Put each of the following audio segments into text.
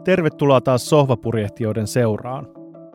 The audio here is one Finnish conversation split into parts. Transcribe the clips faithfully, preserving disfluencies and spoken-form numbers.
Tervetuloa taas sohvapurjehtijoiden seuraan.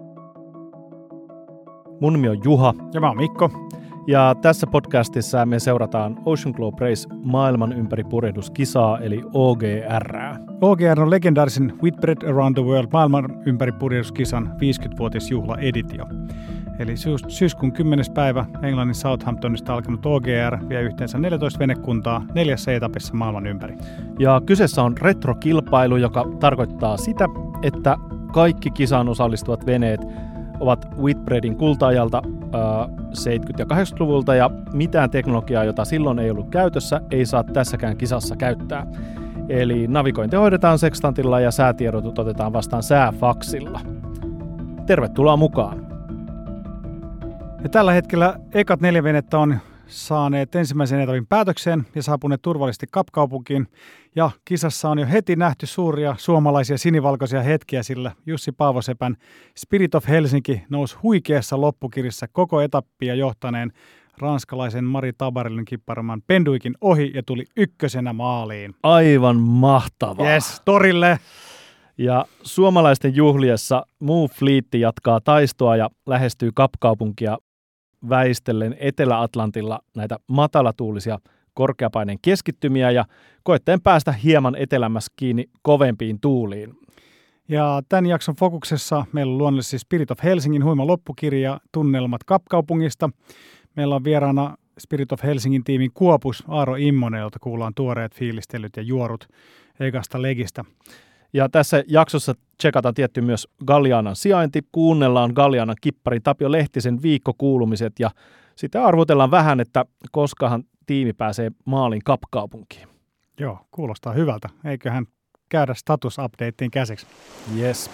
Mun nimi on Juha. Ja mä oon Mikko. Ja tässä podcastissa me seurataan Ocean Globe Race maailman ympäri purjehduskisaa, eli O G R. O G R on legendaarisen Whitbread Around the World maailman ympäri purjehduskisan viisikymmenvuotisjuhlaeditio. Eli syys- syyskuun kymmenes päivä Englannin Southamptonista alkanut O G R vie yhteensä neljätoista venekuntaa neljässä etapissa maailman ympäri. Ja kyseessä on retrokilpailu, joka tarkoittaa sitä, että kaikki kisaan osallistuvat veneet ovat Whitbreadin kulta-ajalta äh, seitsemänkymmentä- ja kahdeksankymmentäluvulta, ja mitään teknologiaa, jota silloin ei ollut käytössä, ei saa tässäkään kisassa käyttää. Eli navigointi hoidetaan sekstantilla ja säätiedotut otetaan vastaan sääfaksilla. Tervetuloa mukaan! Ja tällä hetkellä ekat neljä venettä on saaneet ensimmäisen etapin päätökseen ja saapuneet turvallisesti Kapkaupunkiin. Ja kisassa on jo heti nähty suuria suomalaisia sinivalkoisia hetkiä, sillä Jussi Paavosepän Spirit of Helsinki nousi huikeassa loppukirissä koko etappia johtaneen ranskalaisen Mari Tabarellin kipparaman Penduikin ohi ja tuli ykkösenä maaliin. Aivan mahtavaa. Yes, torille! Ja suomalaisten juhliessa muu fliitti jatkaa taistoa ja lähestyy Kapkaupunkia väistellen Etelä-Atlantilla näitä matalatuulisia korkeapaineen keskittymiä ja koettaen päästä hieman etelämässä kiinni kovempiin tuuliin. Ja tämän jakson fokuksessa meillä on luonnollisesti Spirit of Helsingin huima loppukirja tunnelmat Kapkaupungista. Meillä on vieraana Spirit of Helsingin tiimin Kuopus Aaro Immonen, jolta kuullaan tuoreet fiilistelyt ja juorut ekasta legistä. Ja tässä jaksossa tsekataan tietty myös Gallianan sijainti, kuunnellaan Gallianan kippari Tapio Lehtisen viikkokuulumiset ja sitten arvotellaan vähän, että koskahan tiimi pääsee maalin Kapkaupunkiin. Joo, kuulostaa hyvältä. Eiköhän käydä status-updateen käsiksi. Yes.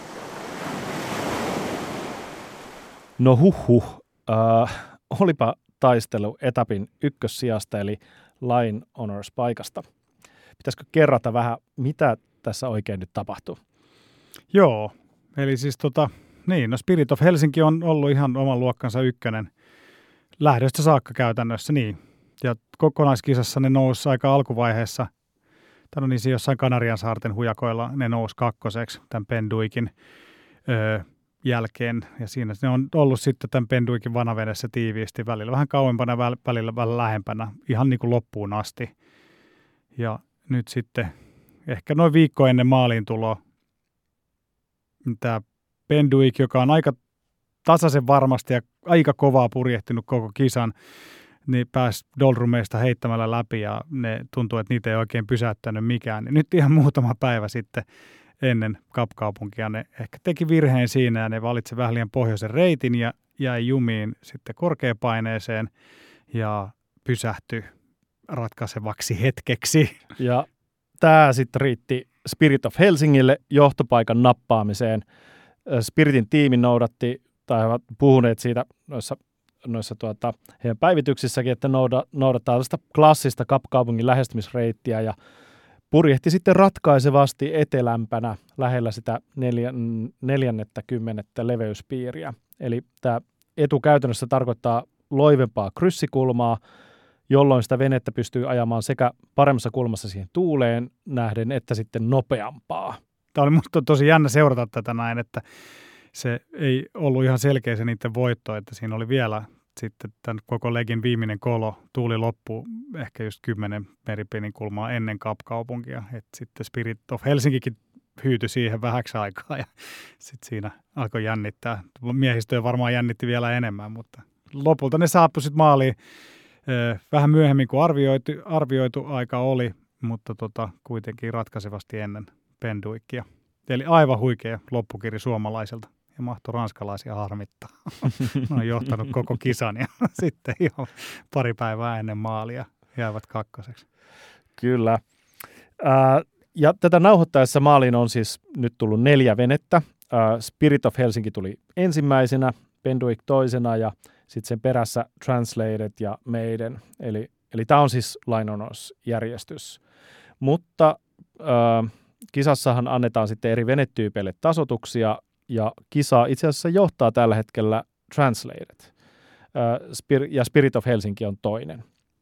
No huhhuh, äh, olipa taistelu etapin ykkössijasta eli Line Honors paikasta. Pitäisikö kerrata vähän, mitä tässä oikein nyt tapahtuu? Joo, eli siis tota, niin, no Spirit of Helsinki on ollut ihan oman luokkansa ykkönen lähdöstä saakka käytännössä, niin. Ja kokonaiskisassa ne nousi aika alkuvaiheessa, tai no niin siinä jossain Kanarian saarten hujakoilla ne nousi kakkoseksi tämän Penduikin öö, jälkeen. Ja siinä ne on ollut sitten tämän Penduikin vanavedessä tiiviisti, välillä vähän kauempana, välillä vähän lähempänä, ihan niin kuin loppuun asti. Ja nyt sitten ehkä noin viikko ennen maaliin tuloa tämä Penduik, joka on aika tasaisen varmasti ja aika kovaa purjehtinut koko kisan, niin pääsi doldrumeista heittämällä läpi ja ne tuntuu, että niitä ei oikein pysäyttänyt mikään. Niin nyt ihan muutama päivä sitten ennen Kapkaupunkia ne ehkä teki virheen siinä ja ne valitsi vähän liian pohjoisen reitin ja jäi jumiin sitten korkeapaineeseen ja pysähtyi ratkaisevaksi hetkeksi. Ja tämä sitten riitti Spirit of Helsingille johtopaikan nappaamiseen. Spiritin tiimi noudatti, tai ovat puhuneet siitä noissa, noissa tuota, heidän päivityksissäkin, että noudattaa tällaista klassista Kapkaupungin lähestymisreittiä ja purjehti sitten ratkaisevasti etelämpänä lähellä sitä neljä, neljännettä kymmenettä leveyspiiriä. Eli tämä etu käytännössä tarkoittaa loivempaa kryssikulmaa, jolloin sitä venettä pystyy ajamaan sekä paremmassa kulmassa siihen tuuleen nähden, että sitten nopeampaa. Tämä oli minusta tosi jännä seurata tätä näin, että se ei ollut ihan selkeä se niiden voitto, että siinä oli vielä sitten tämän koko legin viimeinen kolo, tuuli loppu ehkä just kymmenen meripinin kulmaa ennen Kapkaupunkia, että sitten Spirit of Helsinkikin hyytyi siihen vähäksi aikaa ja sitten siinä alkoi jännittää. Miehistöä varmaan jännitti vielä enemmän, mutta lopulta ne saapui sitten maaliin. Vähän myöhemmin kuin arvioitu, arvioitu aika oli, mutta tota, kuitenkin ratkaisevasti ennen Penduikia. Eli aivan huikea loppukiri suomalaiselta ja mahtoi ranskalaisia harmittaa. Ne on johtanut koko kisan ja sitten jo pari päivää ennen maalia jäävät kakkoseksi. Kyllä. Ää, ja tätä nauhoittaessa maaliin on siis nyt tullut neljä venettä. Ää, Spirit of Helsinki tuli ensimmäisenä, Penduik toisena ja sitten sen perässä Translated ja Maiden. Eli, eli tämä on siis Line Honors järjestys. Mutta äh, kisassahan annetaan sitten eri venetyypeille tasoituksia ja kisa itse asiassa johtaa tällä hetkellä Translated. Äh, Spir- ja Spirit of Helsinki on toinen.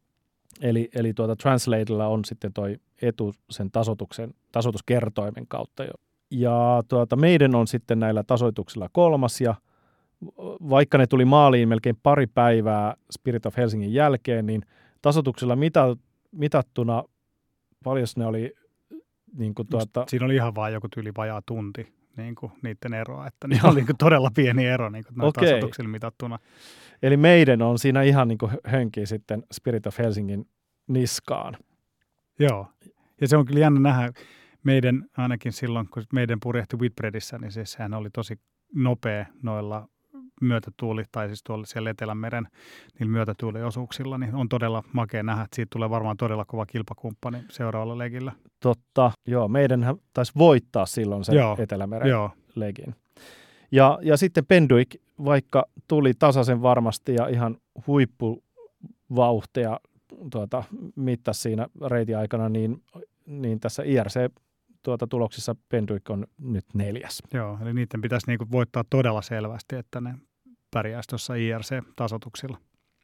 Eli, eli tuota Translatedilla on sitten toi etu sen tasoituksen, tasoituskertoimen kautta jo ja tuota, meidän on sitten näillä tasoituksilla kolmas, ja vaikka ne tuli maaliin melkein pari päivää Spirit of Helsingin jälkeen, niin tasoituksilla mita, mitattuna, paljon ne oli niin kuin tuota... Siinä oli ihan vaan joku tyyli vajaa tunti niin kuin niiden eroa, että ne oli niin kuin todella pieni ero niin kuin okay. tasoituksilla mitattuna. Eli meidän on siinä ihan niin kuin hönkii sitten Spirit of Helsingin niskaan. Joo, ja se on kyllä jännä nähdä meidän, ainakin silloin kun meidän purjehti Whitbreadissä, niin siis sehän oli tosi nopea noilla myötätuuli, tai siis tuolla siellä Etelämeren niillä myötätuuliosuuksilla, niin on todella makea nähdä, että siitä tulee varmaan todella kova kilpakumppani seuraavalla legillä. Totta, joo, meidänhän taisi voittaa silloin sen joo, Etelämeren joo. legin. Ja, ja sitten Pendwick, vaikka tuli tasaisen varmasti ja ihan huippuvauhtia tuota, mittasi siinä reitin aikana, niin, niin tässä I R C tuota, tuloksissa Pendwick on nyt neljäs. Joo, eli niiden pitäisi niinku voittaa todella selvästi, että ne pärjäisi tuossa I R C-tasoituksilla.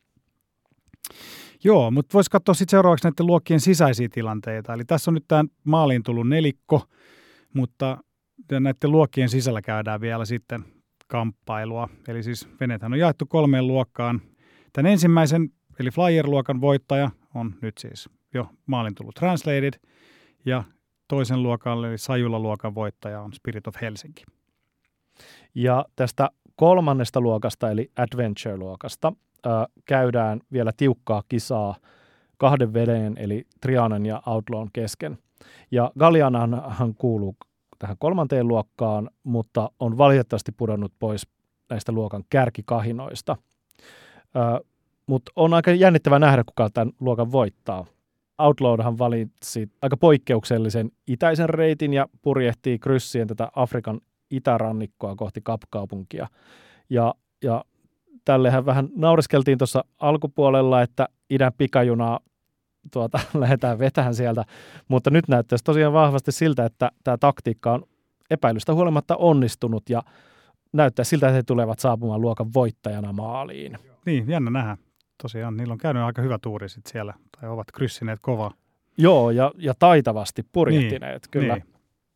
Joo, mutta voisi katsoa sitten seuraavaksi näiden luokkien sisäisiä tilanteita. Eli tässä on nyt tämä maaliin tullut nelikko, mutta näiden luokkien sisällä käydään vielä sitten kamppailua. Eli siis veneethän on jaettu kolmeen luokkaan. Tämän ensimmäisen, eli Flyer-luokan voittaja on nyt siis jo maalin tullut Translated, ja toisen luokan, eli Sajula-luokan voittaja on Spirit of Helsinki. Ja tästä kolmannesta luokasta, eli Adventure-luokasta, ää, käydään vielä tiukkaa kisaa kahden veden, eli Trianan ja Outlawn kesken. Ja Gallianahan kuuluu tähän kolmanteen luokkaan, mutta on valitettavasti pudonnut pois näistä luokan kärkikahinoista. Ää, mutta on aika jännittävää nähdä, kuka tämän luokan voittaa. Outlawhan valitsi aika poikkeuksellisen itäisen reitin ja purjehtii kryssien tätä Afrikan itärannikkoa kohti Kapkaupunkia. Ja, ja tällehän vähän naureskeltiin tuossa alkupuolella, että idän pikajunaa tuota, lähdetään vetämään sieltä, mutta nyt näyttäisi tosiaan vahvasti siltä, että tämä taktiikka on epäilystä huolimatta onnistunut ja näyttää siltä, että he tulevat saapumaan luokan voittajana maaliin. Niin, jännä nähdä. Tosiaan, niillä on käynyt aika hyvä tuuri sit siellä, tai ovat kryssineet kovaa. Joo, ja, ja taitavasti purjehtineet, niin, kyllä. Niin.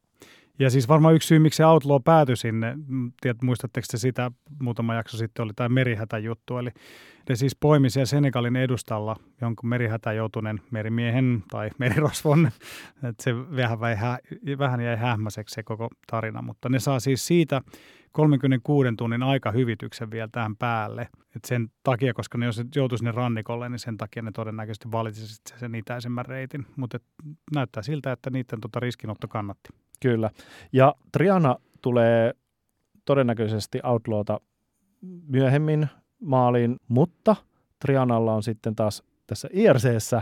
Ja siis varmaan yksi syy, miksi se Outlaw päätyi sinne, tiedät, muistatteko te sitä, muutama jakso sitten oli tämä merihätäjuttu, eli ne siis poimi siellä Senegalin edustalla jonkun merihätä joutuneen merimiehen tai merirosvon, että se vähän, vähän jäi hähmäiseksi se koko tarina, mutta ne saa siis siitä kolmenkymmenenkuuden tunnin aikahyvityksen vielä tähän päälle. Et sen takia, koska ne jos joutuisi sinne rannikolle, niin sen takia ne todennäköisesti valitsisivat sen itäisemmän reitin. Mutta näyttää siltä, että niiden tota riskinotto kannatti. Kyllä. Ja Triana tulee todennäköisesti Outlawta myöhemmin maaliin, mutta Trianalla on sitten taas tässä I R C:ssä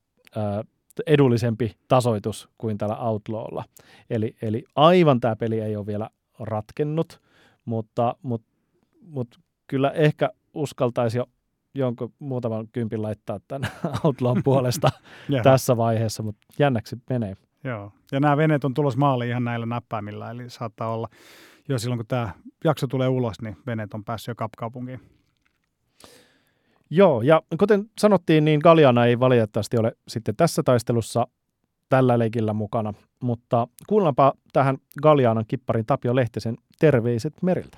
ää, edullisempi tasoitus kuin tällä Outlawlla. Eli, eli aivan tämä peli ei ole vielä ratkennut, mutta, mutta, mutta kyllä ehkä uskaltaisi jo jonkun muutaman kympin laittaa tämän Outlawn puolesta tässä vaiheessa, mutta jännäksi menee. Joo, ja nämä veneet on tulossa maaliin ihan näillä näppäimillä, eli saattaa olla jo silloin, kun tämä jakso tulee ulos, niin veneet on päässyt jo Kapkaupunkiin. Joo, ja kuten sanottiin, niin Galliana ei valitettavasti ole sitten tässä taistelussa tällä leikillä mukana, mutta kuullaanpa tähän Gallianan kipparin Tapio Lehtisen terveiset meriltä.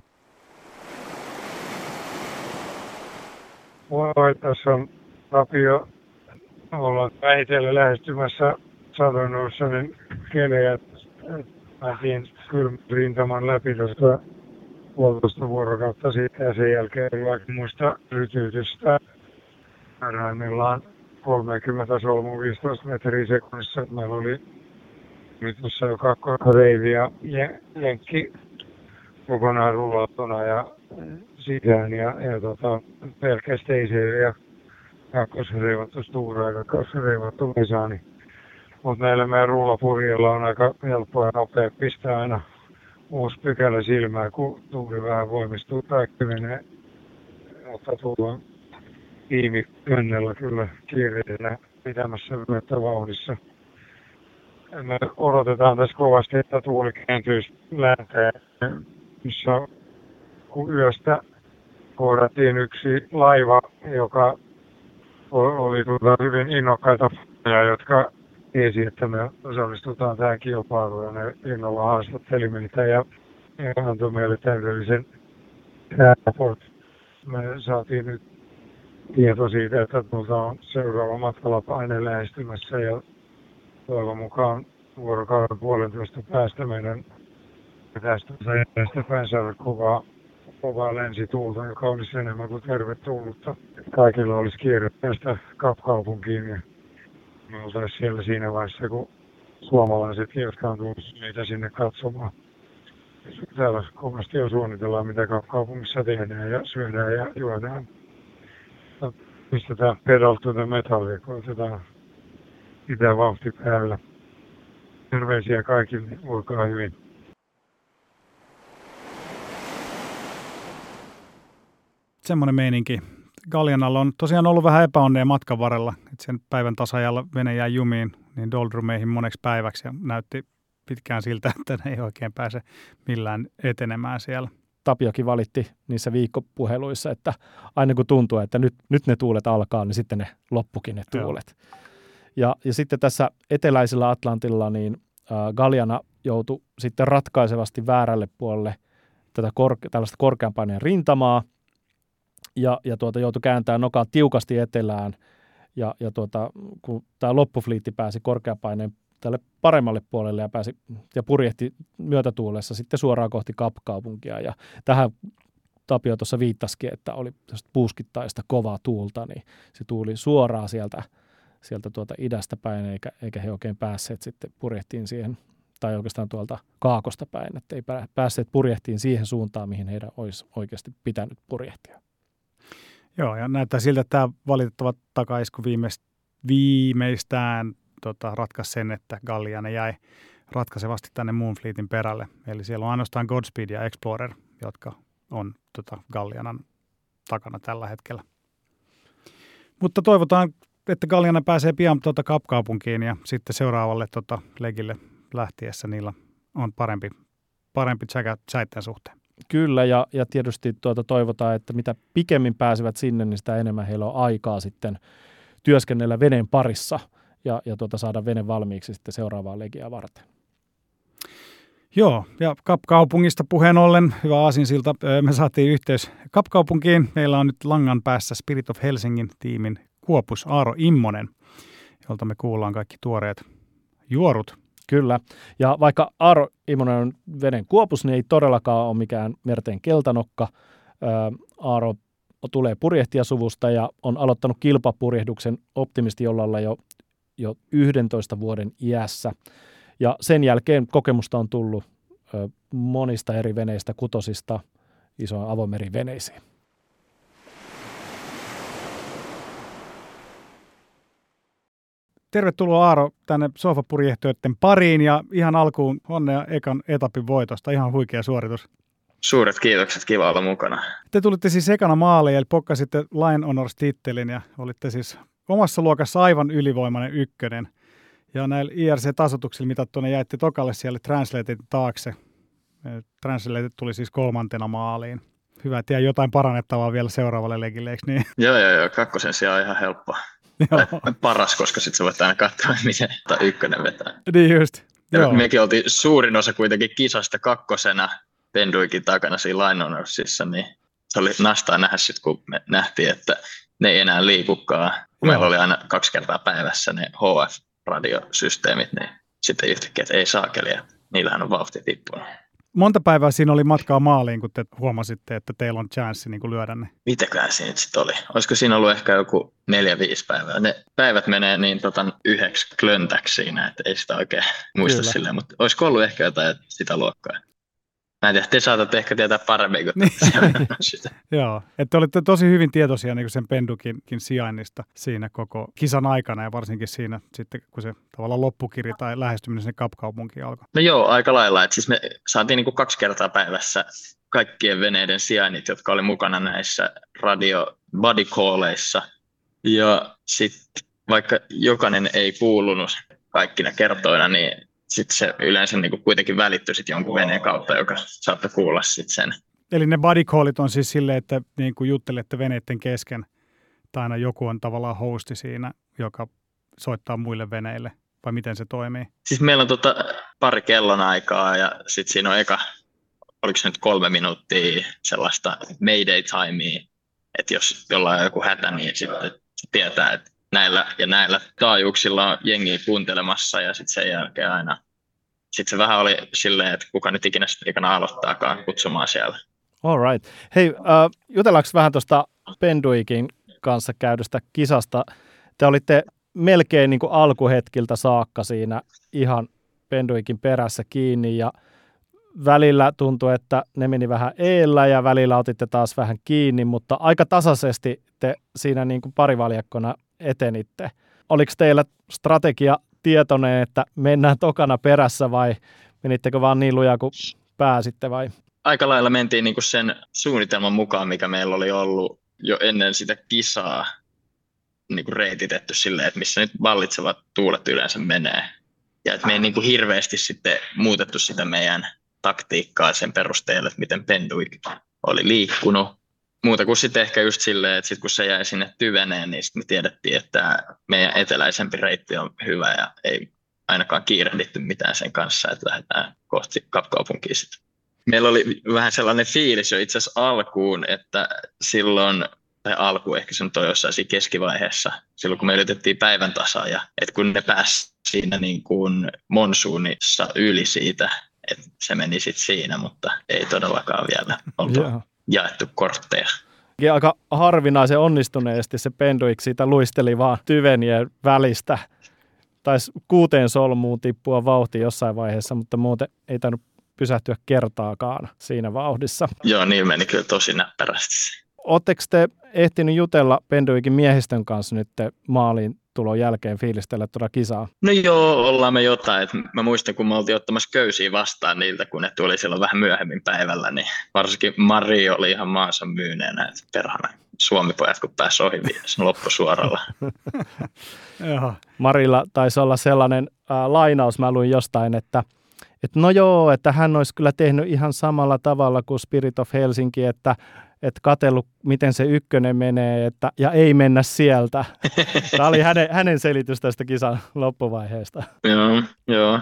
Moi, tässä on Tapio. Ollaan vähitellen lähestymässä Southern kelejä. Pääsin kylmän rintaman läpi tuosta puolitoista vuorokautta siitä ja sen jälkeen ei vaikka muista rytyytystä. Parhaimmillaan kolmekymmentä solmua viisitoista metriä sekunnissa. Meillä oli nyt tuossa jo kakkoreivi ja jenkki kokonaan rullattuna ja sisään ja, ja tota, pelkkä Stacer ja kakkosreivattu Stura ja kakkosreivattu Vesani. Mutta näillä meidän rullapurjilla on aika helppoa ja nopea pistää aina uusi pykälä silmään, kun tuuli vähän voimistuu tai menee. Mutta tullaan tiimikönnellä kyllä kiireellä pitämässä vettä vauhdissa. Me odotetaan tässä kovasti, että tuuli kääntyisi länteen, missä kun yöstä kohdattiin yksi laiva, joka oli tuota hyvin innokkaita, jotka tiesi, että me osallistutaan tähän kilpailuun ja ne innolla haastatteli meitä ja, ja antoi meille täydellisen rapport. Me saatiin nyt tieto siitä, että tuolta on seuraava matkalapaine lähestymässä ja toivon mukaan vuorokauden puolentoista päästä meidän tästä päin saada kovaa, kovaa lensituulta, joka olisi enemmän kuin tervetullutta. Kaikilla olisi kiire päästä Kapkaupunkiin ja me oltaisiin siellä siinä vaiheessa, kun suomalaiset, jotka on tullut niitä sinne katsomaan. Täällä kovasti jo suunnitellaan, mitä Kapkaupungissa tehdään ja syödään ja juodaan. Pistetään pedal to the metal ja koitetaan pitää vauhti päällä. Terveisiä kaikille, olkaa hyvin. Semmoinen meininki. Gallianalla on tosiaan ollut vähän epäonnea matkan varrella. Että sen päivän tasajalla vene jäi jumiin niin doldrumeihin moneksi päiväksi ja näytti pitkään siltä, että ne ei oikein pääse millään etenemään siellä. Tapiokin valitti niissä viikkopuheluissa, että aina kun tuntuu, että nyt, nyt ne tuulet alkaa, niin sitten ne loppukin ne tuulet. Ja, ja sitten tässä eteläisellä Atlantilla niin äh, Galliana joutui sitten ratkaisevasti väärälle puolelle tätä korke- tällaista korkean paineen rintamaa ja, ja tuota, joutui kääntämään nokaa tiukasti etelään. Ja, ja tuota, kun tämä loppufliitti pääsi korkeapaineen tälle paremmalle puolelle ja pääsi ja purjehti myötätuulessa sitten suoraan kohti Kapkaupunkia. Ja tähän Tapio tuossa viittasikin, että oli puuskittaista kovaa tuulta, niin se tuuli suoraan sieltä, sieltä tuolta idästä päin, eikä, eikä he oikein päässeet sitten purjehtiin siihen, tai oikeastaan tuolta kaakosta päin, että ei päässeet purjehtiin siihen suuntaan, mihin heidän olisi oikeasti pitänyt purjehtia. Joo, ja näyttää siltä, että tämä valitettava takaisku viimeistään tota, ratkaisi sen, että Galliana jäi ratkaisevasti tänne Moonfleetin perälle. Eli siellä on ainoastaan Godspeed ja Explorer, jotka on tota, Gallianan takana tällä hetkellä. Mutta toivotaan, että Galliana pääsee pian tota, Kapkaupunkiin ja sitten seuraavalle tota, legille lähtiessä niillä on parempi, parempi tsäkä säitten suhteen. Kyllä, ja, ja tietysti tuota toivotaan, että mitä pikemmin pääsevät sinne, niin sitä enemmän heillä on aikaa sitten työskennellä veneen parissa ja, ja tuota saada vene valmiiksi sitten seuraavaa legiaa varten. Joo, ja Kapkaupungista puheen ollen, hyvä aasinsilta, me saatiin yhteys Kapkaupunkiin. Meillä on nyt langan päässä Spirit of Helsingin tiimin kuopus Aaro Immonen, jolta me kuullaan kaikki tuoreet juorut. Kyllä, ja vaikka Aaro Immonen on veden kuopus, niin ei todellakaan ole mikään merten keltanokka. Aaro tulee purjehtijasuvusta ja on aloittanut kilpapurjehduksen optimistijollalla jo, jo yhdentoista vuoden iässä. Ja sen jälkeen kokemusta on tullut ö, monista eri veneistä, kutosista isoon avomeriveneisiin. Tervetuloa Aaro tänne sohvapurjehtijoiden pariin ja ihan alkuun onnea ekan etapin voitosta. Ihan huikea suoritus. Suuret kiitokset, kiva olla mukana. Te tulitte siis ekana maaliin, eli pokkasitte Line Honors-tittelin ja olitte siis omassa luokassa aivan ylivoimainen ykkönen. Ja näillä I R C-tasoituksilla mitattuna jäitte tokalle siellä Translated taakse. Translated tuli siis kolmantena maaliin. Hyvä, että jäi jotain parannettavaa vielä seuraavalle legille, eikö niin? Joo, joo, joo. Kakkosen sijaan on ihan helppo. Paras, koska sitten sä voit aina katsoa, miten ykkönen vetää. Niin just. Ja mekin oltiin suurin osa kuitenkin kisasta kakkosena penduikin takana siinä Line Honorsissa, niin se oli nastaa nähdä sitten, kun me nähtiin, että ne ei enää liikukaan. Kun meillä oli aina kaksi kertaa päivässä ne H F-radiosysteemit, niin sitten yhtäkkiä, että ei saakeli, ja niillähän on vauhti tippunut. Monta päivää siinä oli matkaa maaliin, kun te huomasitte, että teillä on chanssi niin kuin lyödä ne? Mitäköhän siinä sitten oli? Olisiko siinä ollut ehkä joku neljä, viisi päivää? Ne päivät menee niin tota, yhdeksi klöntäksi siinä, että ei sitä oikein muista Kyllä. silleen, mutta olisiko ollut ehkä jotain sitä luokkaa? Mä en tiedä, te saatatte ehkä tietää paremmin kuin sitä. Joo, että olitte tosi hyvin tietoisia niin kuin sen pendukin sijainnista siinä koko kisan aikana ja varsinkin siinä sitten, kun se tavallaan loppukiri tai lähestyminen sinne Kapkaupunkiin alkoi. No joo, aika lailla. Että siis me saatiin niin kuin kaksi kertaa päivässä kaikkien veneiden sijainnit, jotka oli mukana näissä radio body calleissa. Ja sitten vaikka jokainen ei kuulunut kaikkina kertoina, niin sitten se yleensä niin kuin kuitenkin välittyi sit jonkun veneen kautta, joka saattoi kuulla sitten sen. Eli ne body callit on siis silleen, että niin kuin juttelette veneiden kesken, tai aina joku on tavallaan hosti siinä, joka soittaa muille veneille vai miten se toimii? Siis meillä on tota pari kellonaikaa ja sitten siinä on eka, oliko se nyt kolme minuuttia sellaista mayday timea, että jos jollain on joku hätä, niin sitten tietää, että näillä ja näillä taajuuksilla on jengiä kuuntelemassa ja sitten sen jälkeen aina. Sitten se vähän oli silleen, että kuka nyt ikinä sitten ikana aloittaakaan kutsumaan siellä. All right. Hei, uh, jutellaanko vähän tuosta Penduikin kanssa käydystä kisasta? Te olitte melkein niin kuin alkuhetkiltä saakka siinä ihan Penduikin perässä kiinni ja välillä tuntui, että ne meni vähän eellä ja välillä otitte taas vähän kiinni, mutta aika tasaisesti te siinä niin kuin parivaljakkona etenitte. Oliko teillä strategia tietoinen, että mennään tokana perässä vai menittekö vaan niin lujaa kuin pääsitte vai? Aika lailla mentiin niinku sen suunnitelman mukaan, mikä meillä oli ollut jo ennen sitä kisaa niinku reititetty silleen, että missä nyt vallitsevat tuulet yleensä menee. Ja että me ei niinku hirveästi sitten muutettu sitä meidän taktiikkaa sen perusteella, että miten Penduik oli liikkunut. Muuta kuin sitten ehkä just silleen, että sit kun se jäi sinne tyveneen, niin sitten me tiedettiin, että meidän eteläisempi reitti on hyvä ja ei ainakaan kiirehditty mitään sen kanssa, että lähdetään kohti Kapkaupunkiin sitten. Meillä oli vähän sellainen fiilis jo itse asiassa alkuun, että silloin, tai alku ehkä se nyt on jossain siinä keskivaiheessa, silloin kun me yritettiin päivän tasaaja, että kun ne pääsi siinä niin kuin monsuunissa yli siitä, että se meni sitten siinä, mutta ei todellakaan vielä oltu yeah. jaettu kortteja. Ja aika harvinaisen onnistuneesti se Penduik siitä luisteli vaan tyvenien välistä. Taisi kuuteen solmuun tippua vauhti jossain vaiheessa, mutta muuten ei tainnut pysähtyä kertaakaan siinä vauhdissa. Joo, niin meni kyllä tosi näppärästi. Oletteko te ehtinyt jutella Penduikin miehistön kanssa nyt maaliin tulon jälkeen fiilistellä tuoda kisaa? No joo, ollaan me jotain. Et mä muistan, kun me oltiin ottamassa köysiä vastaan niiltä, kun ne tuli silloin vähän myöhemmin päivällä, niin varsinkin Mari oli ihan maansa myyneenä, että perhana Suomi-pojat, kun pääsi ohi viidessä loppusuoralla. Marilla taisi olla sellainen äh, lainaus, mä luin jostain, että et no joo, että hän olisi kyllä tehnyt ihan samalla tavalla kuin Spirit of Helsinki, että et katsellut, miten se ykkönen menee, että, ja ei mennä sieltä. Tämä oli hänen, hänen selitys tästä kisan loppuvaiheesta. Joo, joo.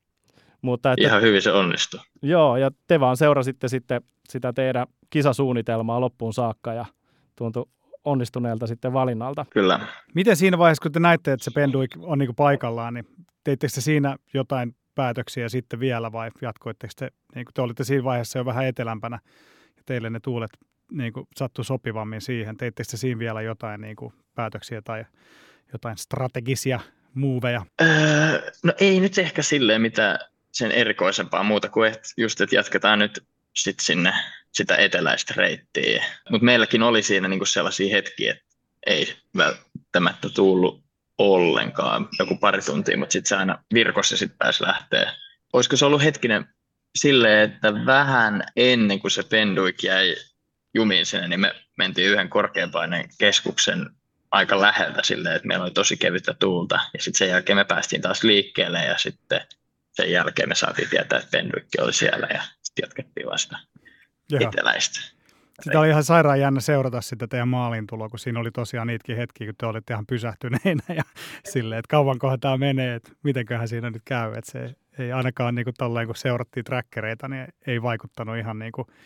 Mutta että, ihan hyvin se onnistui. Joo, ja te vaan seurasitte sitten sitä teidän kisasuunnitelmaa loppuun saakka, ja tuntui onnistuneelta sitten valinnalta. Kyllä. Miten siinä vaiheessa, kun te näitte, että se Penduik on niin kuin paikallaan, niin teittekö te siinä jotain päätöksiä sitten vielä, vai jatkoitteko te, niin kuin te olitte siinä vaiheessa jo vähän etelämpänä, ja teille ne tuulet niin kuin sattui sopivammin siihen. Teittekö te siinä vielä jotain niin kuin päätöksiä tai jotain strategisia moveja? Öö, no ei nyt ehkä silleen mitään sen erikoisempaa muuta kuin että just, että jatketaan nyt sit sinne sitä eteläistä reittiä. Mutta meilläkin oli siinä niinku sellaisia hetkiä, että ei välttämättä tullut ollenkaan joku pari tuntia, mutta sitten se aina virkossa sitten pääsi lähteä. Olisiko se ollut hetkinen silleen, että vähän ennen kuin se Penduik jäi jumiin sinne, niin me mentiin yhden korkeapaineen keskuksen aika läheltä silleen, että meillä oli tosi kevyttä tuulta. Ja sitten sen jälkeen me päästiin taas liikkeelle ja sitten sen jälkeen me saatiin tietää, että Penduik oli siellä ja sitten jatkettiin vasta Jaha. eteläistä. Sitä oli ihan sairaan jännä seurata sitä teidän maalintuloa, kun siinä oli tosiaan niitäkin hetkiä, kun te olitte ihan pysähtyneinä ja silleen, että kauankohan tämä menee, että mitenköhän siinä nyt käy. Että se ei ainakaan niin kuin tolleen, kun seurattiin trackereita, niin ei vaikuttanut ihan niin kuin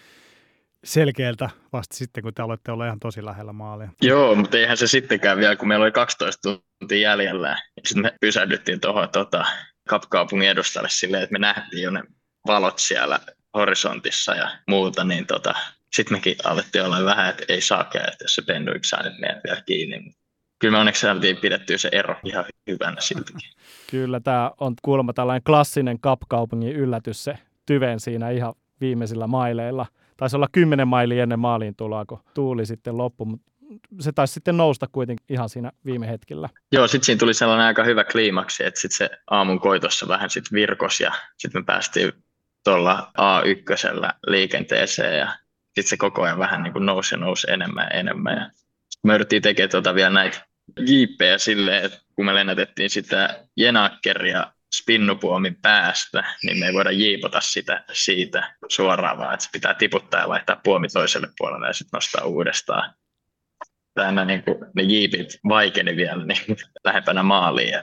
selkeältä vasta sitten, kun te aloitte olla ihan tosi lähellä maalia. Joo, mutta eihän se sittenkään vielä, kun meillä oli kaksitoista tuntia jäljellä. Sitten me pysähdyttiin tuohon tota, Kapkaupungin edustalle silleen, että me nähtiin jo ne valot siellä horisontissa ja muuta, niin tota, sitten mekin alettiin olla vähän, että ei saakea, että jos se Penduik saa nyt meidät vielä kiinni. Kyllä me onneksi saatiin pidettyä se ero ihan hyvänä siltäkin. Kyllä, tämä on kuulemma tällainen klassinen Kapkaupungin yllätys, se tyven siinä ihan viimeisillä maileilla. Taisi olla kymmenen mailia ennen maaliin tuloa, kun tuuli sitten loppui, mutta se taisi sitten nousta kuitenkin ihan siinä viime hetkellä. Joo, sitten siinä tuli sellainen aika hyvä kliimaksi, että sitten se aamun koitossa vähän sitten virkos ja sitten me päästiin tuolla A yksi liikenteeseen ja sitten se koko ajan vähän niin kuin nousi ja nousi enemmän ja enemmän. Ja me yritettiin tekemään tuota vielä näitä jiippejä silleen, että kun me lennätettiin sitä jenakkeria spinnupuomin päästä, niin me ei voida jiipota sitä siitä suoraan, vaan että se pitää tiputtaa ja laittaa puomi toiselle puolelle ja sitten nostaa uudestaan. Tänä niin kuin ne jiipit vaikeni vielä niin lähempänä maaliin. Et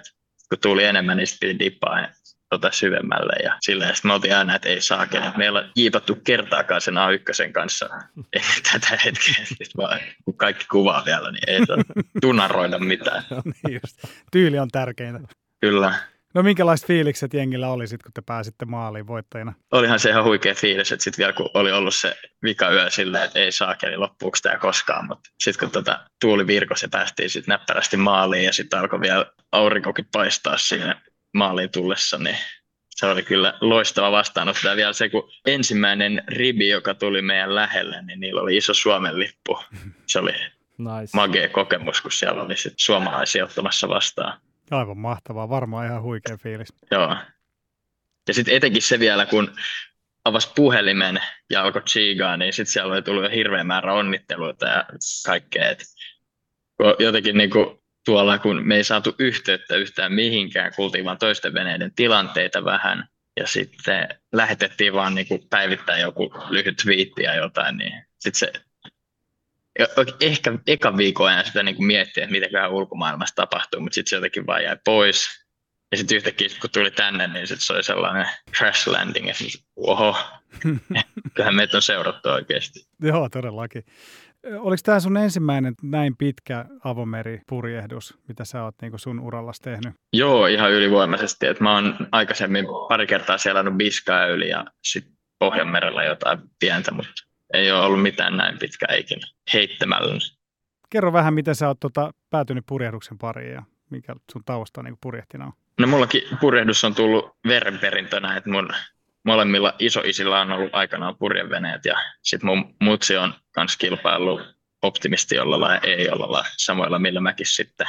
kun tuli enemmän, niin sitten piti dippaa tota syvemmälle ja silleen. Sitten me oltiin aina, että ei saakeli. Meillä on jiipattu kertaakaan sen A yksi kanssa tätä hetkeä. Sitten vaan, kun kaikki kuvaa vielä, niin ei tunaroida mitään. No niin just. Tyyli on tärkeintä. Kyllä. No minkälaiset fiilikset jengillä oli sitten, kun te pääsitte maaliin voittajina? Olihan se ihan huikea fiilis, että sitten vielä kun oli ollut se vika yö silleen, että ei saakeli loppuuko tämä koskaan. Mutta sitten kun tota, tuuli virkosi ja päästiin sitten näppärästi maaliin ja sitten alkoi vielä aurinkokin paistaa siinä maaliin tullessa, niin se oli kyllä loistava vastaanotto. Ja vielä se, kun ensimmäinen ribi, joka tuli meidän lähelle, niin niillä oli iso Suomen lippu. Se oli nice. Magea kokemus, kun siellä oli sit suomalaisia ottamassa vastaan. Aivan mahtavaa, varmaan ihan huikea fiilis. Joo. Ja sitten etenkin se vielä, kun avasi puhelimen ja alkoi chigaa, niin sitten siellä oli tullut jo hirveä määrä onnitteluita ja kaikkea. Et jotenkin niinku tuolla, kun me ei saatu yhteyttä yhtään mihinkään, kuultiin vaan toisten veneiden tilanteita vähän, ja sitten lähetettiin vaan niinku päivittäin joku lyhyt twiitti ja jotain, niin sitten se ehkä ekan viikon ajan sitä niinku miettii, että mitäköhän ulkomaailmassa tapahtuu, mutta sitten se jotenkin vaan jäi pois. Ja sitten yhtäkkiä, kun tuli tänne, niin sitten se oli sellainen crash landing, että oho, kyllähän meitä on seurattu oikeasti. Joo, todellakin. Oliko tämä sun ensimmäinen näin pitkä avomeripurjehdus, mitä sä oot niinku sun urallasi tehnyt? Joo, ihan ylivoimaisesti. Et mä oon aikaisemmin pari kertaa seurannut Biskaa yli ja sitten Pohjanmerellä jotain pientä, mutta ei ole ollut mitään näin pitkää ikinä heittämällä. Kerro vähän, miten sä oot tota, päätynyt purjehduksen pariin ja mikä sun tausta niin purjehtina on? No mullakin purjehdus on tullut verenperintönä, että mun molemmilla isoisillä on ollut aikanaan purjeveneet ja sitten mun mutsi on myös kilpaillut optimistiollalla ja ei-jollalla samoilla, millä mäkin sitten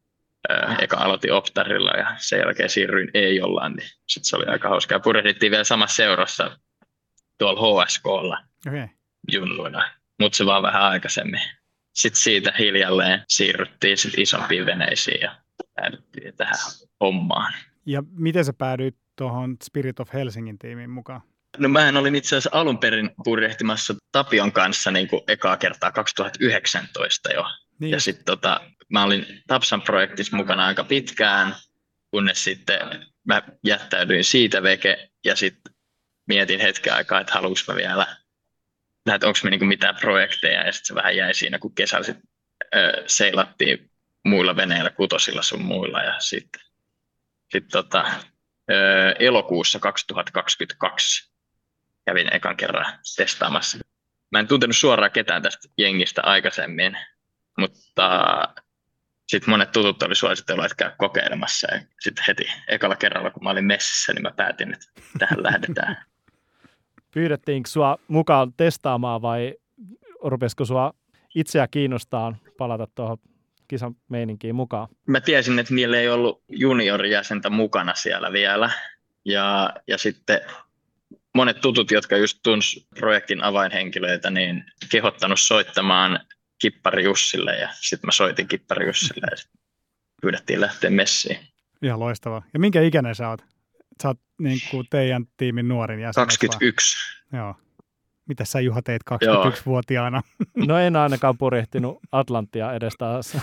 ää, eka aloitin optarilla ja sen jälkeen siirryin ei-jollaan, niin sitten se oli aika hauskaa. Purjehdittiin vielä samassa seurassa tuolla H S K:lla okay. junnuina, mutta se vaan vähän aikaisemmin. Sitten siitä hiljalleen siirryttiin sit isompiin veneisiin ja päädyttiin tähän hommaan. Ja miten sä päädyit tuohon Spirit of Helsingin tiimiin mukaan? No mähän olin itse asiassa alun perin purjehtimassa Tapion kanssa niin kuin ekaa kertaa kaksituhattayhdeksäntoista jo. Niin. Ja sitten tota, mä olin Tapsan projektissa mukana aika pitkään, kunnes sitten mä jättäydyin siitä veke ja sitten mietin hetken aikaa, että haluanko mä vielä, että onko me niinku mitään projekteja ja sitten se vähän jäi siinä, kun kesällä sit, ö, seilattiin muilla veneillä, kutosilla sun muilla ja sitten sit tota, ö, elokuussa kaksituhattakaksikymmentäkaksi kävin ekan kerran testaamassa. Mä en tuntenut suoraan ketään tästä jengistä aikaisemmin, mutta sitten monet tutut oli suositellut, että käy kokeilemassa ja sitten heti ekalla kerralla, kun mä olin messissä, niin mä päätin, että tähän lähdetään. Pyydettiinkö sua mukaan testaamaan vai rupesiko sua itseä kiinnostaa palata tuohon kisan meininkiin mukaan? Mä tiesin, että niillä ei ollut juniorijäsentä mukana siellä vielä. Ja, ja sitten monet tutut, jotka just tunsi projektin avainhenkilöitä, niin kehottanut soittamaan Kippari Jussille. Ja sitten mä soitin Kippari Jussille ja pyydettiin lähteä messiin. Ihan loistavaa. Ja minkä ikäinen sä oot? Sä oot niin kuin teidän tiimin nuorin jäsen. kaksikymmentäyksi. Joo. Mitä sä Juha teit kaksikymmentäyksivuotiaana? No en ainakaan purjehtinut Atlanttia edes taas.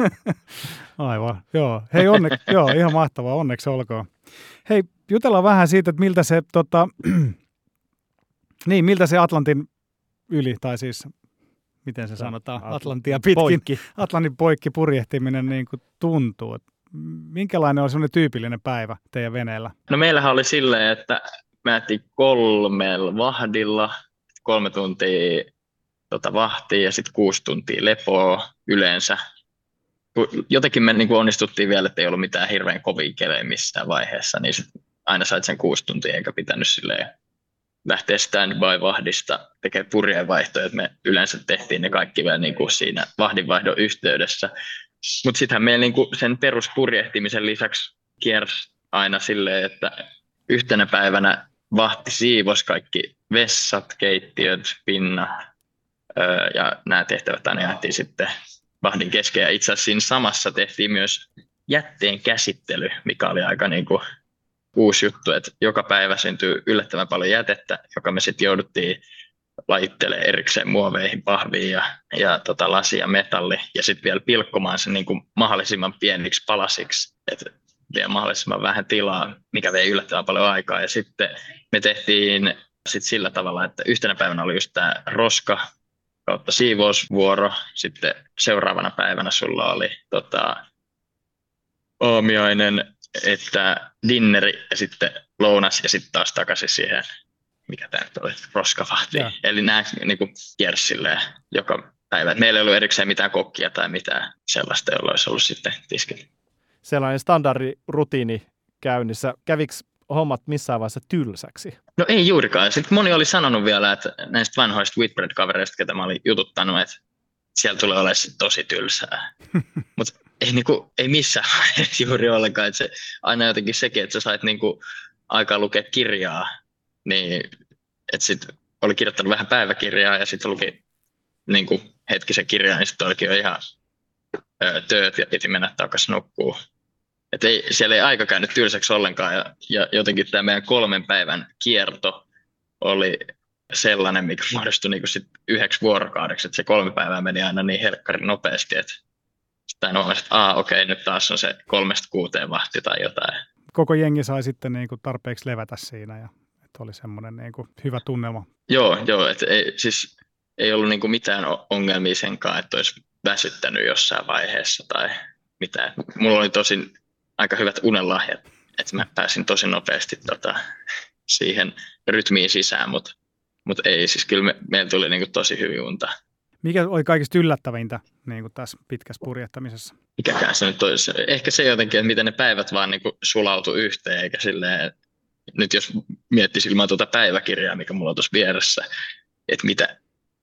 Aivan, joo. Hei onneksi, joo, ihan mahtavaa, onneksi olkoon. Hei, jutellaan vähän siitä, että miltä se, tota, niin, miltä se Atlantin yli, tai siis, miten se sanotaan, Atlantia pitkin, poikki. Atlantin poikki purjehtiminen niin kuin tuntuu. Minkälainen on semmoinen tyypillinen päivä teidän veneellä? No meillähän oli silleen, että mä jätin kolmella vahdilla, kolme tuntia tota, vahtia ja sitten kuusi tuntia lepoa yleensä. Jotenkin me niin kuin onnistuttiin vielä, että ei ollut mitään hirveän kovia kelejä missään vaiheessa, niin sit aina sait sen kuusi tuntia eikä pitänyt silleen lähteä standby-vahdista tekemään purjeenvaihtoja, että me yleensä tehtiin ne kaikki vielä niin kuin siinä vahdinvaihdon yhteydessä. Mutta sittenhän meillä niin kuin sen peruspurjehtimisen lisäksi kiersi aina silleen, että yhtenä päivänä vahti siivos kaikki vessat, keittiöt, pinnat öö, ja nämä tehtävät aina jaettiin sitten vahdin kesken. Ja itse asiassa siinä samassa tehtiin myös jätteen käsittely, mikä oli aika niin kuin uusi juttu, että joka päivä syntyy yllättävän paljon jätettä, joka me sitten jouduttiin lajittelemaan erikseen muoveihin, pahviin ja, ja tota, lasi ja metalli ja sitten vielä pilkkomaan sen niin kuin mahdollisimman pieniksi palasiksi. Et vie mahdollisimman vähän tilaa, mikä vei yllättävän paljon aikaa. Ja sitten me tehtiin sit sillä tavalla, että yhtenä päivänä oli just tämä roska kautta siivousvuoro. Sitten seuraavana päivänä sulla oli tota, aamiainen, että dinneri ja sitten lounas ja sitten taas takaisin siihen, mikä tämä nyt oli, roskavahti. Ja. Eli nämä niin kuin kiersi silleen joka päivä. Meillä ei ollut erikseen mitään kokkia tai mitään sellaista, jolla olisi ollut sitten tiskillä. Sellainen standardirutiini käynnissä. Kävikö hommat missään vaiheessa tylsäksi? No ei juurikaan. Sitten moni oli sanonut vielä, että näistä vanhoista Whitbread-kavereista, ketä mä olin jututtanut, että siellä tulee olemaan tosi tylsää. Mutta ei, niinku, ei missään juuri ollenkaan. Että se, aina jotenkin sekin, että sä sait niinku aikaa lukea kirjaa, niin että sitten oli kirjoittanut vähän päiväkirjaa ja sitten luki niinku hetkisen kirjaa, niin sitten olikin jo ihan ö, tööt ja piti mennä takaisin nukkuu. Että ei, siellä ei aika käynyt tylsäksi ollenkaan ja, ja jotenkin tämä meidän kolmen päivän kierto oli sellainen, mikä muodostui niinku sit yhdeksi vuorokaudeksi, että se kolme päivää meni aina niin helkkarin nopeasti, että sitten huomasi, että aa, okei, nyt taas on se kolmesta kuuteen vahti tai jotain. Koko jengi sai sitten niinku tarpeeksi levätä siinä ja että oli semmoinen niinku hyvä tunnelma. Joo, joo, että ei, siis ei ollut niinku mitään ongelmia senkaan, että olisi väsyttänyt jossain vaiheessa tai mitään. Mulla oli tosi aika hyvät unenlahjat, että mä pääsin tosi nopeasti tota, siihen rytmiin sisään, mutta mut ei, siis kyllä me, meillä tuli niinku tosi hyvin unta. Mikä oli kaikista yllättävintä niin kuin tässä pitkässä purjehtamisessa? Mikäkään se nyt olisi. Ehkä se jotenkin, että miten ne päivät vaan niin kuin sulautui yhteen, eikä silleen, nyt jos miettisi ilman tuota päiväkirjaa, mikä mulla on tuossa vieressä, että mitä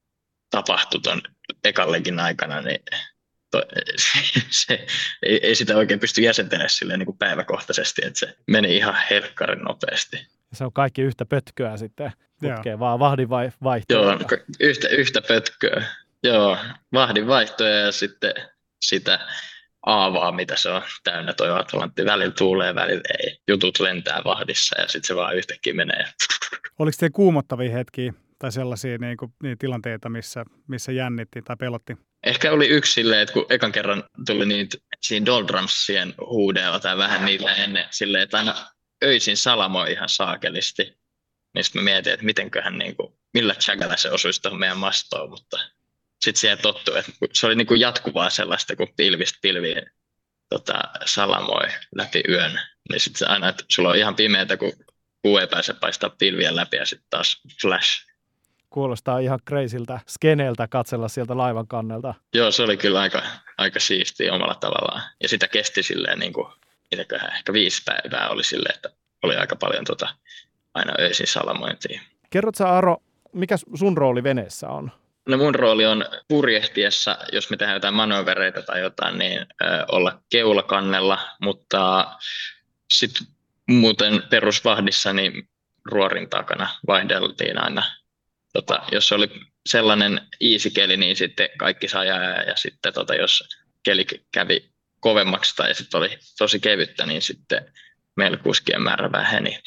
tapahtui tuon ekallekin aikana, niin to, se, se, ei, ei sitä oikein pysty jäsentelemään silleen niin kuin päiväkohtaisesti, että se meni ihan helkkarin nopeasti. Se on kaikki yhtä pötköä sitten, putkee vaan vahdin vai vaihtoja. Joo, yhtä, yhtä pötköä. Joo, vahdin vaihtoja ja sitten sitä aavaa, mitä se on täynnä toi Atlantti. Välillä tuulee, välillä ei. Jutut lentää vahdissa ja sitten se vaan yhtäkkiä menee. Oliko teillä kuumottavia hetkiä tai sellaisia niin kuin, niin tilanteita, missä, missä jännitti tai pelotti? Ehkä oli yksi silleen, että kun ekan kerran tuli niitä siinä doldrumsien huudeilla tai vähän niitä ennen silleen, että aina öisin salamoi ihan saakelisti. Niin sitten mä mietin, että mitenköhän, niin kuin, millä tsägällä se osuisi tuohon meidän mastoon, mutta sitten siihen tottui, että se oli niin kuin jatkuvaa sellaista, kun pilvistä pilviin tota, salamoi läpi yön. Niin sitten aina, että sulla on ihan pimeätä, kun kuu ei pääse paistaa pilvien läpi ja sitten taas flash. Kuulostaa ihan crazyltä skeneeltä katsella sieltä laivan kannelta. Joo, se oli kyllä aika, aika siistiä omalla tavallaan. Ja sitä kesti silleen, niin kuin, mitäköhän, ehkä viisi päivää oli silleen, että oli aika paljon tota, aina öisin salamointia. Kerrotko sä, Aro, mikä sun rooli veneessä on? No mun rooli on purjehtiessa, jos me tehdään jotain manövereitä tai jotain, niin ö, olla keulakannella, mutta sitten muuten perusvahdissa niin ruorin takana vaihdeltiin aina. Tota, jos oli sellainen easy keli, niin sitten kaikki sai ajaa ja sitten tota, jos keli kävi kovemmaksi tai sitten oli tosi kevyttä, niin sitten meillä kuskien määrä väheni.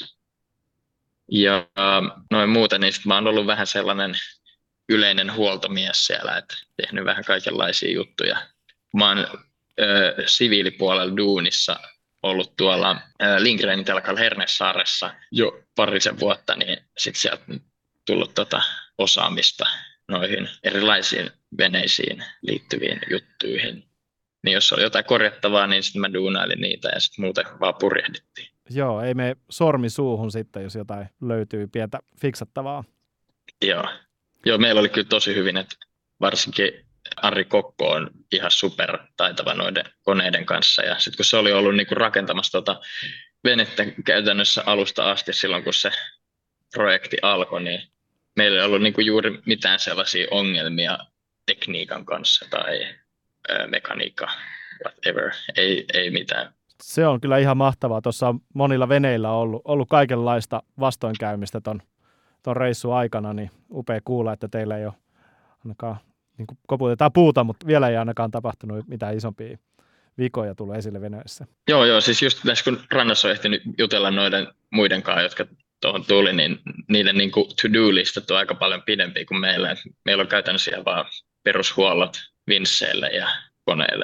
Ja noin muuten, niin mä oon ollut vähän sellainen yleinen huoltomies siellä, että tehnyt vähän kaikenlaisia juttuja. Mä oon ö, siviilipuolella duunissa ollut tuolla ö, Lindgrenin telakalla Hernesaaressa jo parisen vuotta, niin sitten sieltä on tullut tota osaamista noihin erilaisiin veneisiin liittyviin juttuihin. Niin jos oli jotain korjattavaa, niin sitten mä duunailin niitä ja sitten muuten vaan purjehdittiin. Joo, ei mene sormi suuhun sitten, jos jotain löytyy pientä fiksattavaa. Joo. Joo, meillä oli kyllä tosi hyvin, että varsinkin Ari Kokko on ihan super taitava noiden koneiden kanssa. Ja sitten kun se oli ollut niinku rakentamassa tota venettä käytännössä alusta asti silloin, kun se projekti alkoi, niin meillä ei ollut niinku juuri mitään sellaisia ongelmia tekniikan kanssa tai ö, mekaniikka, whatever, ei, ei mitään. Se on kyllä ihan mahtavaa. Tuossa on monilla veneillä ollut, ollut kaikenlaista vastoinkäymistä ton, ton reissun aikana, niin upea kuulla, että teillä ei ole ainakaan, niin kuin koputetaan puuta, mutta vielä ei ainakaan tapahtunut mitään isompia vikoja tullut esille veneessä. Joo, joo, siis just tässä kun rannassa on ehtinyt jutella noiden muiden kanssa, jotka tuohon tuli, niin niiden niin kuin to-do-listat on aika paljon pidempiä kuin meillä. Meillä on käytännössä ihan vaan perushuollot vinsseille ja koneille ja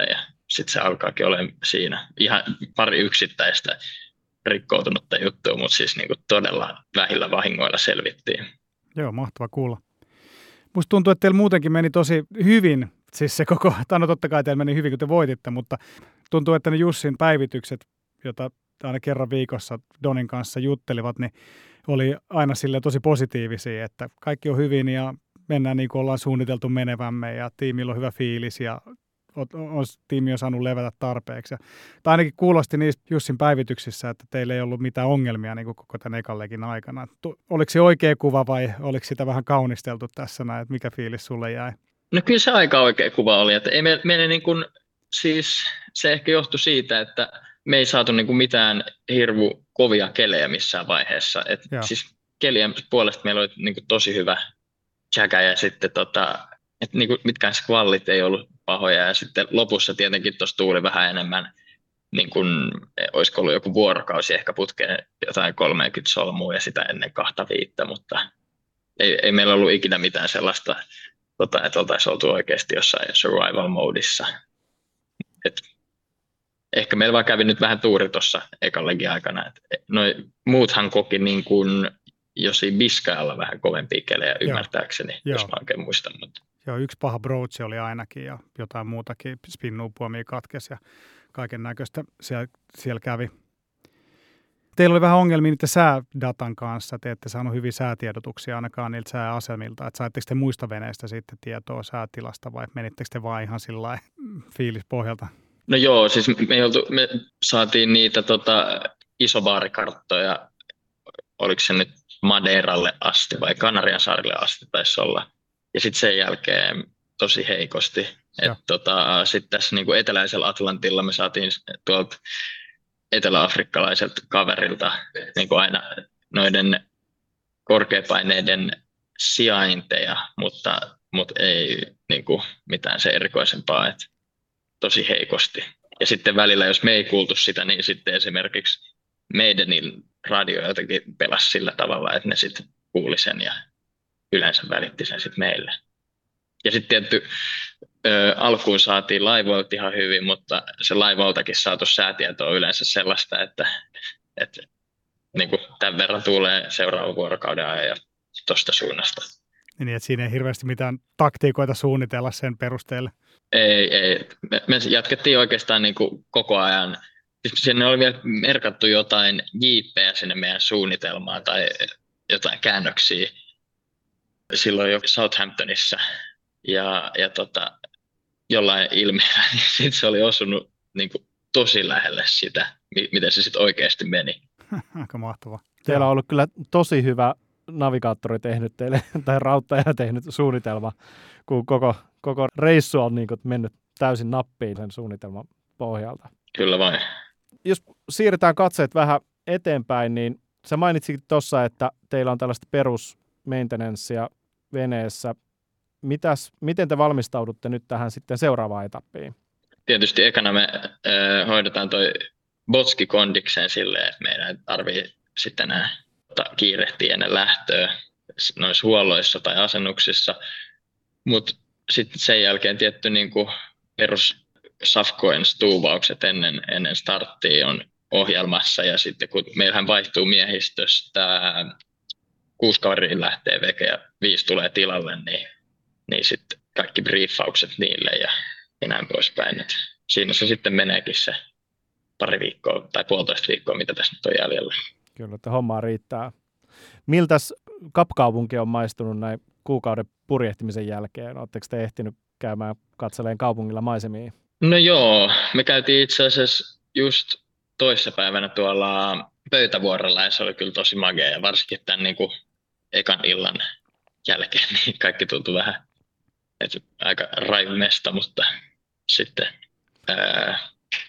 sitten se alkaakin olemaan siinä. Ihan pari yksittäistä rikkoutunutta juttua, mutta siis niin kuin todella vähillä vahingoilla selvittiin. Joo, mahtava kuulla. Musta tuntuu, että teillä muutenkin meni tosi hyvin, siis se koko, tai no totta kai teillä meni hyvin, kun te voititte, mutta tuntuu, että ne Jussin päivitykset, joita aina kerran viikossa Donin kanssa juttelivat, niin oli aina sille tosi positiivisia, että kaikki on hyvin ja mennään niin kuin ollaan suunniteltu menevämme ja tiimillä on hyvä fiilis ja on, tiimi on saanut levätä tarpeeksi. Ja, tai ainakin kuulosti niistä Jussin päivityksissä, että teillä ei ollut mitään ongelmia niin kuin koko tämän ekallekin aikana. Oliko se oikea kuva vai oliko sitä vähän kaunisteltu tässä näin, että mikä fiilis sulle jäi? No kyllä se aika oikea kuva oli, että ei me, meille niin kuin, siis se ehkä johtui siitä, että me ei saatu niin kuin mitään hirvu kovia kelejä missään vaiheessa. Et siis kelien puolesta meillä oli niin kuin tosi hyvä jäkä ja sitten tota, et niin kuin mitkään skvallit ei ollut pahoja ja sitten lopussa tietenkin tuossa tuuli vähän enemmän, niin kuin olisiko ollut joku vuorokausi ehkä putkeen jotain kolmekymmentä solmua ja sitä ennen kahta viittä, mutta ei, ei meillä ollut ikinä mitään sellaista, tota, että oltaisiin oltu oikeasti jossain survival modissa. Et ehkä meillä vaan kävi nyt vähän tuuri tuossa ekallekin aikana. Et noi muuthan koki niin kuin Josi Biskajalla vähän kovempia kelejä ymmärtääkseni, Joo. jos mä oikein muistan. Mutta. Joo, yksi paha broachi oli ainakin ja jotain muutakin, spinnuupuomia katkesi ja kaiken näköistä siellä, siellä kävi. Teillä oli vähän ongelmia niiden säädatan kanssa, te ette saanut hyviä säätiedotuksia ainakaan niiltä sääasemilta. Että saitteko te muista veneistä sitten tietoa säätilasta vai menittekö te vaan ihan sillä fiilispohjalta? No joo, siis me, oltu, me saatiin niitä tota, isobaarikarttoja, oliko se nyt Madeiralle asti vai Kanariansaarille asti taisi olla. Ja sitten sen jälkeen tosi heikosti. Tota, sitten tässä niin kuin eteläisellä Atlantilla me saatiin tuolta eteläafrikkalaiselta kaverilta niin kuin aina noiden korkeapaineiden sijainteja, mutta, mutta ei niin kuin mitään se erikoisempaa, että tosi heikosti. Ja sitten välillä, jos me ei kuultu sitä, niin sitten esimerkiksi meidän radio jotenkin pelasi sillä tavalla, että ne sitten kuuli sen ja yleensä välitti sen sitten meille. Ja sitten tietty ö, alkuun saatiin laivoilta ihan hyvin, mutta se laivoiltakin saatu säätieto on yleensä sellaista, että, että niin kuin tämän verran tulee seuraavan vuorokauden ajan ja tuosta suunnasta. Niin, että siinä ei hirveästi mitään taktiikoita suunnitella sen perusteella. Ei, ei. Me, me jatkettiin oikeastaan niin kuin koko ajan. Sinne oli vielä merkattu jotain jiippejä sinne meidän suunnitelmaan tai jotain käännöksiä silloin jo Southamptonissa. Ja, ja tota, jollain ilmeellä niin sit se oli osunut niin kuin tosi lähelle sitä, miten se sitten oikeasti meni. Aika mahtavaa. Teillä on ollut kyllä tosi hyvä navigaattori tehnyt teille, tai rauttaja tehnyt suunnitelma, kun koko, koko reissu on niin kuin mennyt täysin nappiin sen suunnitelman pohjalta. Kyllä vain. Jos siirretään katseet vähän eteenpäin, niin sä mainitsikin tuossa, että teillä on tällaista perusmaintenancea veneessä. Mitäs, miten te valmistaudutte nyt tähän sitten seuraavaan etappiin? Tietysti ekana me äh, hoidetaan toi botskikondiksen silleen, että meidän ei tarvitse sitten enää kiirehtiä ennen lähtöä noissa huolloissa tai asennuksissa. Mutta sitten sen jälkeen tietty niin kuin perus safkojen stuuvaukset ennen, ennen starttia on ohjelmassa ja sitten kun meillähän vaihtuu miehistöstä, kuusi kaveria lähtee veke ja viisi tulee tilalle, niin, niin sitten kaikki briefaukset niille ja, ja näin poispäin. Et siinä se sitten meneekin se pari viikkoa tai puolitoista viikkoa, mitä tässä nyt on jäljellä. Kyllä, että hommaa riittää. Miltäs Kapkaupunki on maistunut näin kuukauden purjehtimisen jälkeen? Oletteko te ehtinyt käymään katseleen kaupungilla maisemia? No joo, me käytiin itse asiassa just toissapäivänä tuolla Pöytävuorella ja se oli kyllä tosi magea ja varsinkin tämän niin kuin ekan illan jälkeen niin kaikki tuntui vähän että aika raivimesta, mutta sitten ää,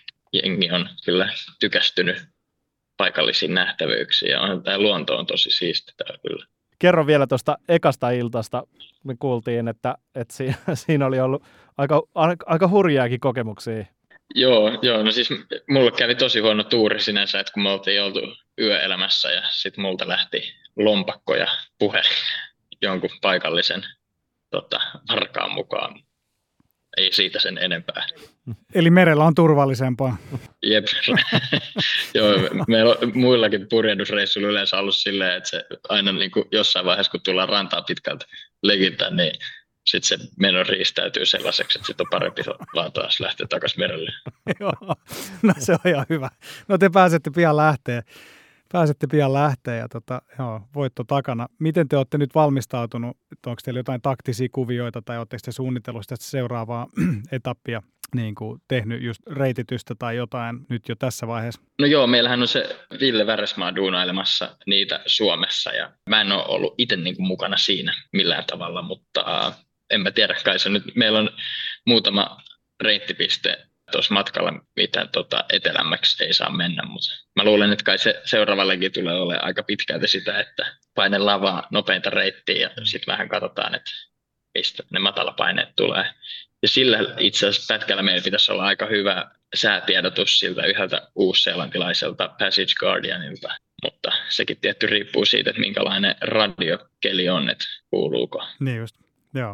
jengi on kyllä tykästynyt paikallisiin nähtävyyksiin ja on, tämä luonto on tosi siisti täällä kyllä. Kerro vielä tuosta ekasta iltasta. Me kuultiin, että, että siinä, siinä oli ollut aika, aika hurjaakin kokemuksia. Joo, joo, no siis mulle kävi tosi huono tuuri sinänsä, että kun me oltiin oltu yöelämässä ja sitten multa lähti lompakko ja puhe jonkun paikallisen tota, varkaan mukaan. ei siitä sen enempää. Eli merellä on turvallisempaa. Jep. Joo, meillä on muillakin purjehdusreissuilla yleensä ollut silleen, että se aina niin kuin jossain vaiheessa, kun tullaan rantaa pitkältä legiltä, niin sitten se meno riistäytyy sellaiseksi, että sitten on parempi vaan taas lähteä takaisin merelle. Joo, no se on ihan hyvä. No te pääsette pian lähteä. Pääsette pian lähteä ja tota, joo, voitto takana. Miten te olette nyt valmistautunut? Onko teillä jotain taktisia kuvioita tai oletteko te suunnitellut sitä seuraavaa etappia niin kuin tehnyt just reititystä tai jotain nyt jo tässä vaiheessa? No joo, meillähän on se Ville Väresmaa duunailemassa niitä Suomessa ja mä en ole ollut itse niin kuin mukana siinä millään tavalla, mutta äh, en mä tiedä, kai se nyt, meillä on muutama reittipiste tuossa matkalla, mitä tota, etelämmäksi ei saa mennä, mutta mä luulen, että kai se seuraavallekin tulee olemaan aika pitkälti sitä, että painellaan vaan nopeinta reittiä ja sitten vähän katsotaan, että mistä ne matalapaineet tulee. Ja sillä itse asiassa pätkällä meillä pitäisi olla aika hyvä säätiedotus siltä yhdeltä uusseelantilaiselta Passage Guardianilta, mutta sekin tietty riippuu siitä, että minkälainen radiokeli on, että kuuluuko. Niin just, joo.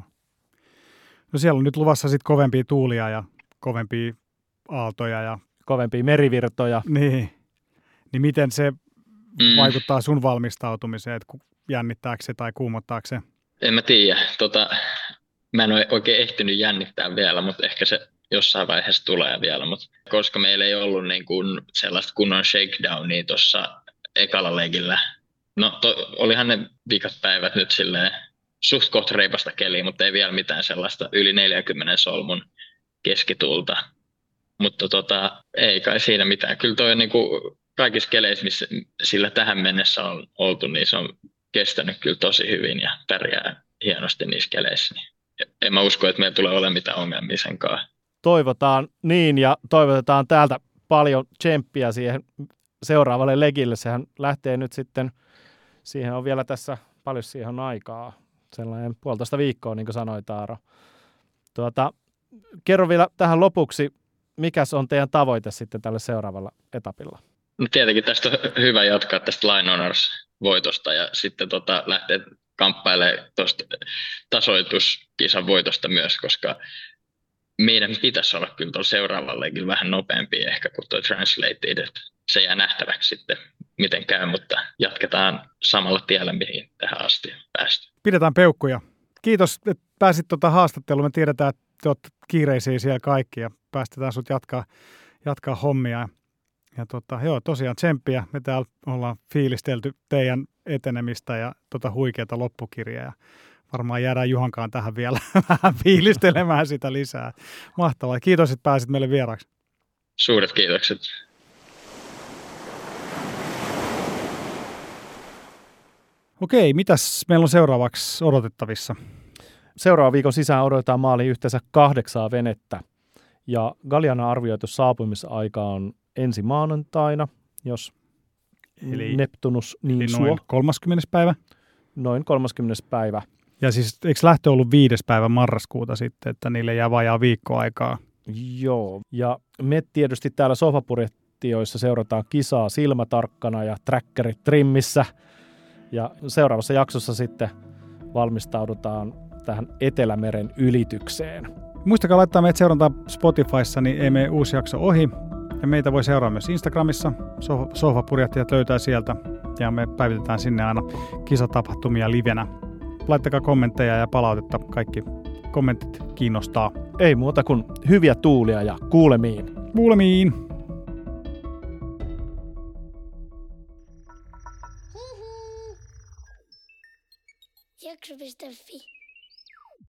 No siellä on nyt luvassa sitten kovempia tuulia ja kovempia aaltoja ja kovempia merivirtoja. Niin, niin miten se Mm. vaikuttaa sun valmistautumiseen, että jännittääkö se tai kuumottaako se? En mä tiedä. Tota, mä en ole oikein ehtinyt jännittää vielä, mutta ehkä se jossain vaiheessa tulee vielä. Mutta koska meillä ei ollut niin kuin sellaista kunnon shakedownia tuossa ekalla legillä. No to, olihan ne vikat päivät nyt silleen suht koht reipasta keliä, mutta ei vielä mitään sellaista yli neljänkymmenen solmun keskituulta. Mutta tota, ei kai siinä mitään. Kyllä toi niinku kaikissa keleissä, missä sillä tähän mennessä on oltu, niin se on kestänyt kyllä tosi hyvin ja pärjää hienosti niissä keleissä. En mä usko, että meillä tulee olemaan mitään ongelmia senkaan. Toivotaan niin ja toivotetaan täältä paljon tsemppiä siihen seuraavalle legille. Sehän lähtee nyt sitten, siihen on vielä tässä paljon siihen aikaa, sellainen puolitoista viikkoa, niin kuin sanoi Taaro. Tuota, kerro vielä tähän lopuksi, mikäs on teidän tavoite sitten tälle seuraavalla etapilla? No tietenkin tästä on hyvä jatkaa tästä Line Honors-voitosta ja sitten tota, lähteä kamppailemaan tuosta tasoituskisan voitosta myös, koska meidän pitäisi olla kyllä tuolla seuraavallekin vähän nopeampi ehkä kuin tuo Translated, että se jää nähtäväksi sitten miten käy, mutta jatketaan samalla tiellä, mihin tähän asti päästy. Pidetään peukkuja. Kiitos, että pääsit tuota haastatteluun. Me tiedetään, että te olette kiireisiä siellä kaikki ja päästetään sut jatkaa, jatkaa hommia. Ja tota, joo, tosiaan tsemppiä. Me täällä ollaan fiilistelty teidän etenemistä ja tota huikeata loppukirjaa. Varmaan jäädään Juhankaan tähän vielä vähän fiilistelemään sitä lisää. Mahtavaa. Kiitos, että pääsit meille vieraaksi. Suuret kiitokset. Okei, mitäs meillä on seuraavaksi odotettavissa? Seuraavan viikon sisään odotetaan maaliin yhteensä kahdeksaa venettä. Ja Galiana arvioitu saapumisaika on ensi maanantaina, jos eli, Neptunus niin eli suo. noin kolmaskymmenes päivä. Noin kolmaskymmenes päivä. Ja siis eikö lähtö ollut viides päivä marraskuuta sitten, että niille jää vajaa viikko aikaa? Joo, ja me tietysti täällä Sohvapurjehtioissa seurataan kisaa silmätarkkana ja trackerit trimmissä. Ja seuraavassa jaksossa sitten valmistaudutaan tähän Etelämeren ylitykseen. Muistakaa laittaa meitä seurantaan Spotifyssa, niin ei mene uusi jakso ohi. Ja meitä voi seurata myös Instagramissa. Sohvapurjehtijat löytää sieltä. Ja me päivitetään sinne aina kisatapahtumia livenä. Laittakaa kommentteja ja palautetta. Kaikki kommentit kiinnostaa. Ei muuta kuin hyviä tuulia ja kuulemiin. Kuulemiin! Jakso piste fi